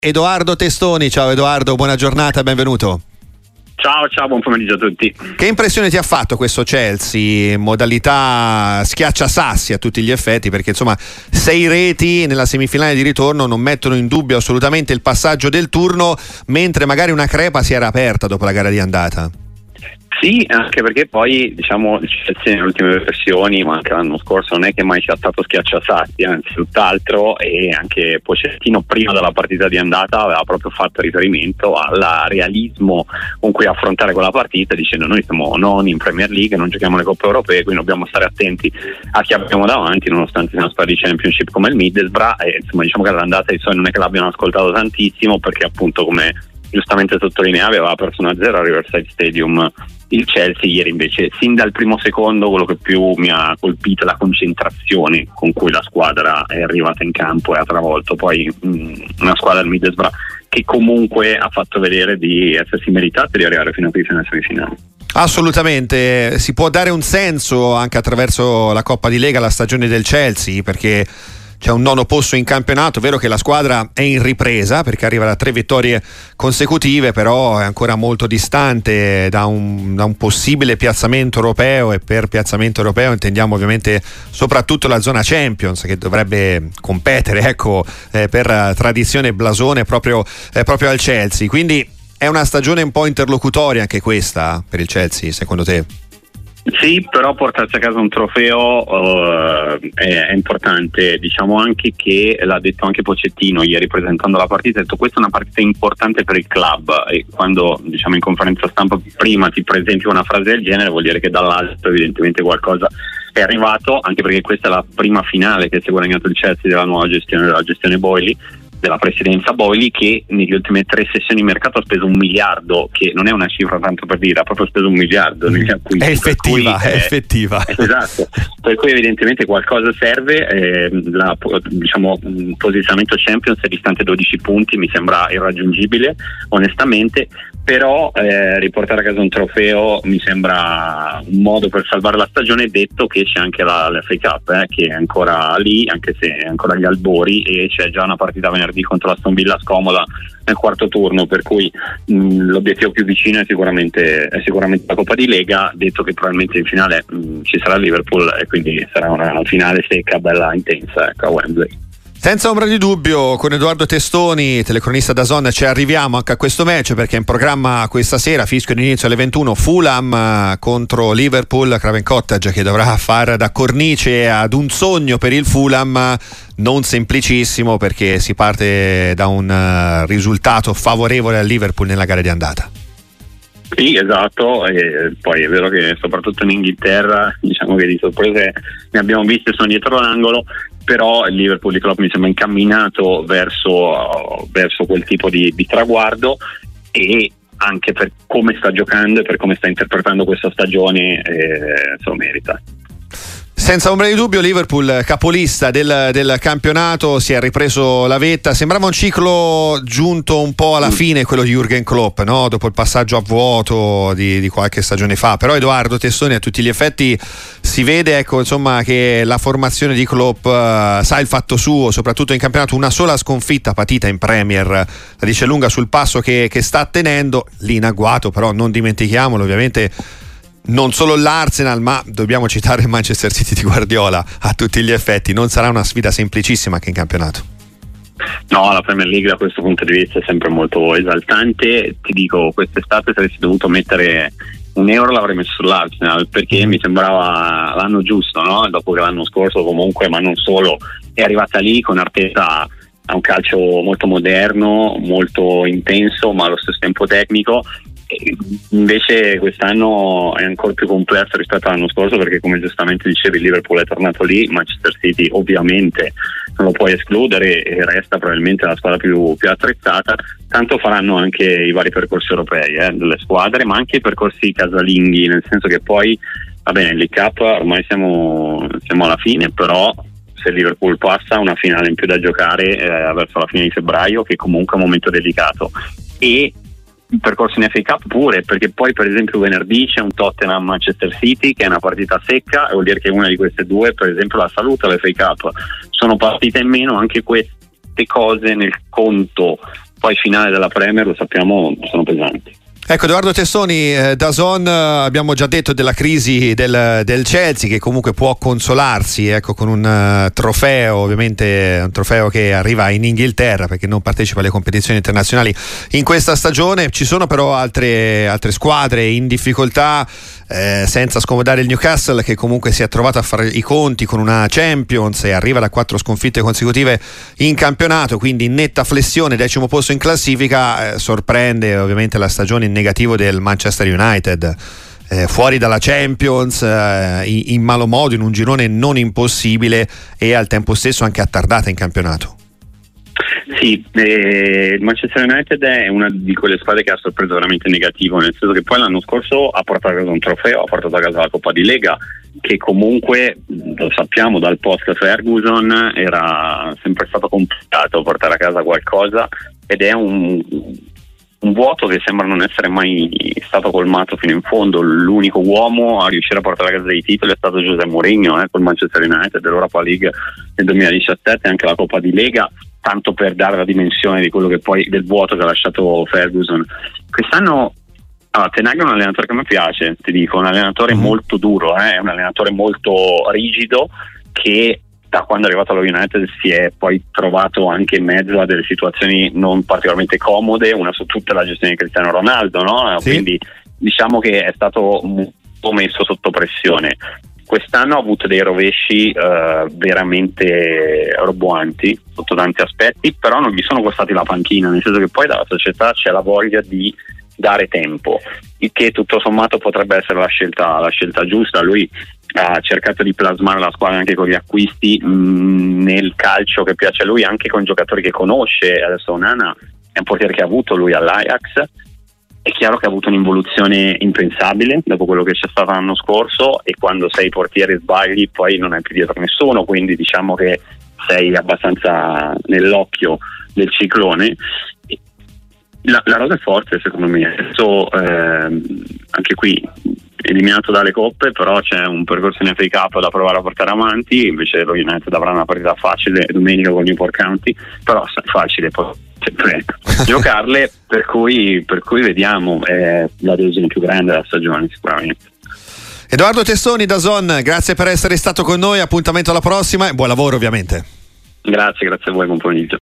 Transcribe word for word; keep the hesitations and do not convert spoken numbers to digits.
Edoardo Testoni. Ciao Edoardo, buona giornata, benvenuto. Ciao, ciao, buon pomeriggio a tutti. Che impressione ti ha fatto questo Chelsea, modalità schiacciasassi a tutti gli effetti, perché insomma sei reti nella semifinale di ritorno non mettono in dubbio assolutamente il passaggio del turno, mentre magari una crepa si era aperta dopo la gara di andata? Sì, anche perché poi diciamo il Chelsea nelle ultime versioni, ma anche l'anno scorso, non è che mai sia stato schiacciasassi, anzi tutt'altro, e anche Pochettino prima della partita di andata aveva proprio fatto riferimento al realismo con cui affrontare quella partita, dicendo noi siamo non in Premier League, non giochiamo le coppe europee, quindi dobbiamo stare attenti a chi abbiamo davanti, nonostante sia una squadra di Championship come il Middlesbrough, e insomma diciamo che all'andata i suoi non è che l'abbiano ascoltato tantissimo, perché appunto, come giustamente sottolineavi, aveva perso uno a zero a Riverside Stadium il Chelsea. Ieri invece sin dal primo secondo quello che più mi ha colpito è la concentrazione con cui la squadra è arrivata in campo e ha travolto poi mh, una squadra del Middlesbrough che comunque ha fatto vedere di essersi meritata di arrivare fino a qui, fino alle semifinali. Assolutamente, si può dare un senso anche attraverso la Coppa di Lega alla stagione del Chelsea, perché c'è un nono posto in campionato. Vero che la squadra è in ripresa perché arriva da tre vittorie consecutive, però è ancora molto distante da un, da un possibile piazzamento europeo, e per piazzamento europeo intendiamo ovviamente soprattutto la zona Champions, che dovrebbe competere ecco eh, per tradizione e blasone proprio, eh, proprio al Chelsea. Quindi è una stagione un po' interlocutoria anche questa per il Chelsea, secondo te? Sì, però portarsi a casa un trofeo uh, è, è importante. Diciamo anche che l'ha detto anche Pochettino ieri presentando la partita, ha detto questa è una partita importante per il club, e quando diciamo in conferenza stampa prima ti presenti una frase del genere vuol dire che dall'alto evidentemente qualcosa è arrivato, anche perché questa è la prima finale che si è guadagnato il Chelsea della nuova gestione, della gestione Boehly, della presidenza Boehly, che negli ultimi tre sessioni di mercato ha speso un miliardo, che non è una cifra tanto per dire, ha proprio speso un miliardo negli acquisti. È effettiva, cui, è eh, effettiva. Esatto, per cui evidentemente qualcosa serve. Eh, la, diciamo, il posizionamento Champions è distante dodici punti, mi sembra irraggiungibile onestamente, però eh, riportare a casa un trofeo mi sembra un modo per salvare la stagione, detto che c'è anche la, l'F A Cup eh, che è ancora lì, anche se è ancora agli albori, e c'è già una partita venerdì contro l'Aston Villa scomoda nel quarto turno, per cui mh, l'obiettivo più vicino è sicuramente, è sicuramente la Coppa di Lega, detto che probabilmente in finale mh, ci sarà il Liverpool, e quindi sarà una finale secca, bella intensa ecco, a Wembley. Senza ombra di dubbio, con Edoardo Testoni, telecronista da Zon, ci arriviamo anche a questo match, perché è in programma questa sera, fischio di inizio alle ventuno, Fulham contro Liverpool, Craven Cottage, che dovrà far da cornice ad un sogno per il Fulham, non semplicissimo, perché si parte da un risultato favorevole al Liverpool nella gara di andata. Sì, esatto, e poi è vero che soprattutto in Inghilterra diciamo che di sorprese ne abbiamo viste, sono dietro l'angolo, però il Liverpool di Klopp mi sembra incamminato verso, verso quel tipo di, di traguardo, e anche per come sta giocando e per come sta interpretando questa stagione eh, se lo merita. Senza ombra di dubbio Liverpool capolista del, del campionato, si è ripreso la vetta, sembrava un ciclo giunto un po' alla fine quello di Jürgen Klopp, no? Dopo il passaggio a vuoto di, di qualche stagione fa, però Edoardo Testoni a tutti gli effetti si vede ecco insomma che la formazione di Klopp uh, sa il fatto suo, soprattutto in campionato. Una sola sconfitta patita in Premier la dice lunga sul passo che, che sta tenendo lì in agguato, però non dimentichiamolo ovviamente non solo l'Arsenal, ma dobbiamo citare il Manchester City di Guardiola a tutti gli effetti. Non sarà una sfida semplicissima anche in campionato. No, la Premier League da questo punto di vista è sempre molto esaltante. Ti dico, quest'estate se avessi dovuto mettere un euro l'avrei messo sull'Arsenal, perché mi sembrava l'anno giusto, no? Dopo che l'anno scorso comunque, ma non solo, è arrivata lì con Arteta a un calcio molto moderno, molto intenso, ma allo stesso tempo tecnico. Invece quest'anno è ancora più complesso rispetto all'anno scorso, perché come giustamente dicevi il Liverpool è tornato lì, Manchester City ovviamente non lo puoi escludere e resta probabilmente la squadra più, più attrezzata. Tanto faranno anche i vari percorsi europei eh, delle squadre, ma anche i percorsi casalinghi, nel senso che poi va bene, il League Cup ormai siamo, siamo alla fine, però se il Liverpool passa una finale in più da giocare eh, verso la fine di febbraio, che comunque è un momento delicato, e il percorso in F A Cup pure, perché poi per esempio venerdì c'è un Tottenham Manchester City che è una partita secca, e vuol dire che una di queste due per esempio la saluta l'F A Cup. Sono partite in meno, anche queste cose nel conto poi finale della Premier, lo sappiamo, sono pesanti. Ecco, Edoardo Tessoni, eh, D A Z N, eh, abbiamo già detto della crisi del, del Chelsea, che comunque può consolarsi, ecco, con un uh, trofeo, ovviamente un trofeo che arriva in Inghilterra perché non partecipa alle competizioni internazionali in questa stagione. Ci sono però altre, altre squadre in difficoltà, eh, senza scomodare il Newcastle, che comunque si è trovato a fare i conti con una Champions e arriva da quattro sconfitte consecutive in campionato, quindi in netta flessione, decimo posto in classifica. Eh, sorprende ovviamente la stagione in negativo del Manchester United, eh, fuori dalla Champions, eh, in, in malo modo, in un girone non impossibile e al tempo stesso anche attardata in campionato. Sì, eh, il Manchester United è una di quelle squadre che ha sorpreso veramente negativo, nel senso che poi l'anno scorso ha portato a casa un trofeo, ha portato a casa la Coppa di Lega, che comunque, lo sappiamo dal post Ferguson, era sempre stato complicato portare a casa qualcosa, ed è un un vuoto che sembra non essere mai stato colmato fino in fondo. L'unico uomo a riuscire a portare a casa dei titoli è stato José Mourinho, eh, col Manchester United, l'Europa League nel duemiladiciassette e anche la Coppa di Lega, tanto per dare la dimensione di quello che poi del vuoto che ha lasciato Ferguson. Quest'anno ah, Ten Hag è un allenatore che mi piace, ti dico, un allenatore mm. molto duro, eh, è un allenatore molto rigido, che da quando è arrivato allo United si è poi trovato anche in mezzo a delle situazioni non particolarmente comode, una su tutte la gestione di Cristiano Ronaldo, no? Sì. Quindi diciamo che è stato molto messo sotto pressione. Quest'anno ha avuto dei rovesci eh, veramente roboanti sotto tanti aspetti, però non gli sono costati la panchina, nel senso che poi dalla società c'è la voglia di dare tempo, il che tutto sommato potrebbe essere la scelta, la scelta giusta. Lui ha cercato di plasmare la squadra anche con gli acquisti mh, nel calcio che piace a lui, anche con giocatori che conosce. Adesso Onana è un portiere che ha avuto lui all'Ajax, è chiaro che ha avuto un'involuzione impensabile dopo quello che c'è stato l'anno scorso, e quando sei portiere sbagli poi non hai più dietro nessuno, quindi diciamo che sei abbastanza nell'occhio del ciclone. La, la rosa è forte secondo me, adesso ehm, anche qui eliminato dalle coppe, però c'è un percorso in F A Cup da provare a portare avanti. Invece lo United avrà una partita facile domenica con Newport County, però facile poi sempre giocarle, per cui, per cui vediamo, è la delusione più grande della stagione sicuramente. Edoardo Tessoni, D A Z N, grazie per essere stato con noi, appuntamento alla prossima e buon lavoro ovviamente. Grazie, grazie a voi, buon pomeriggio.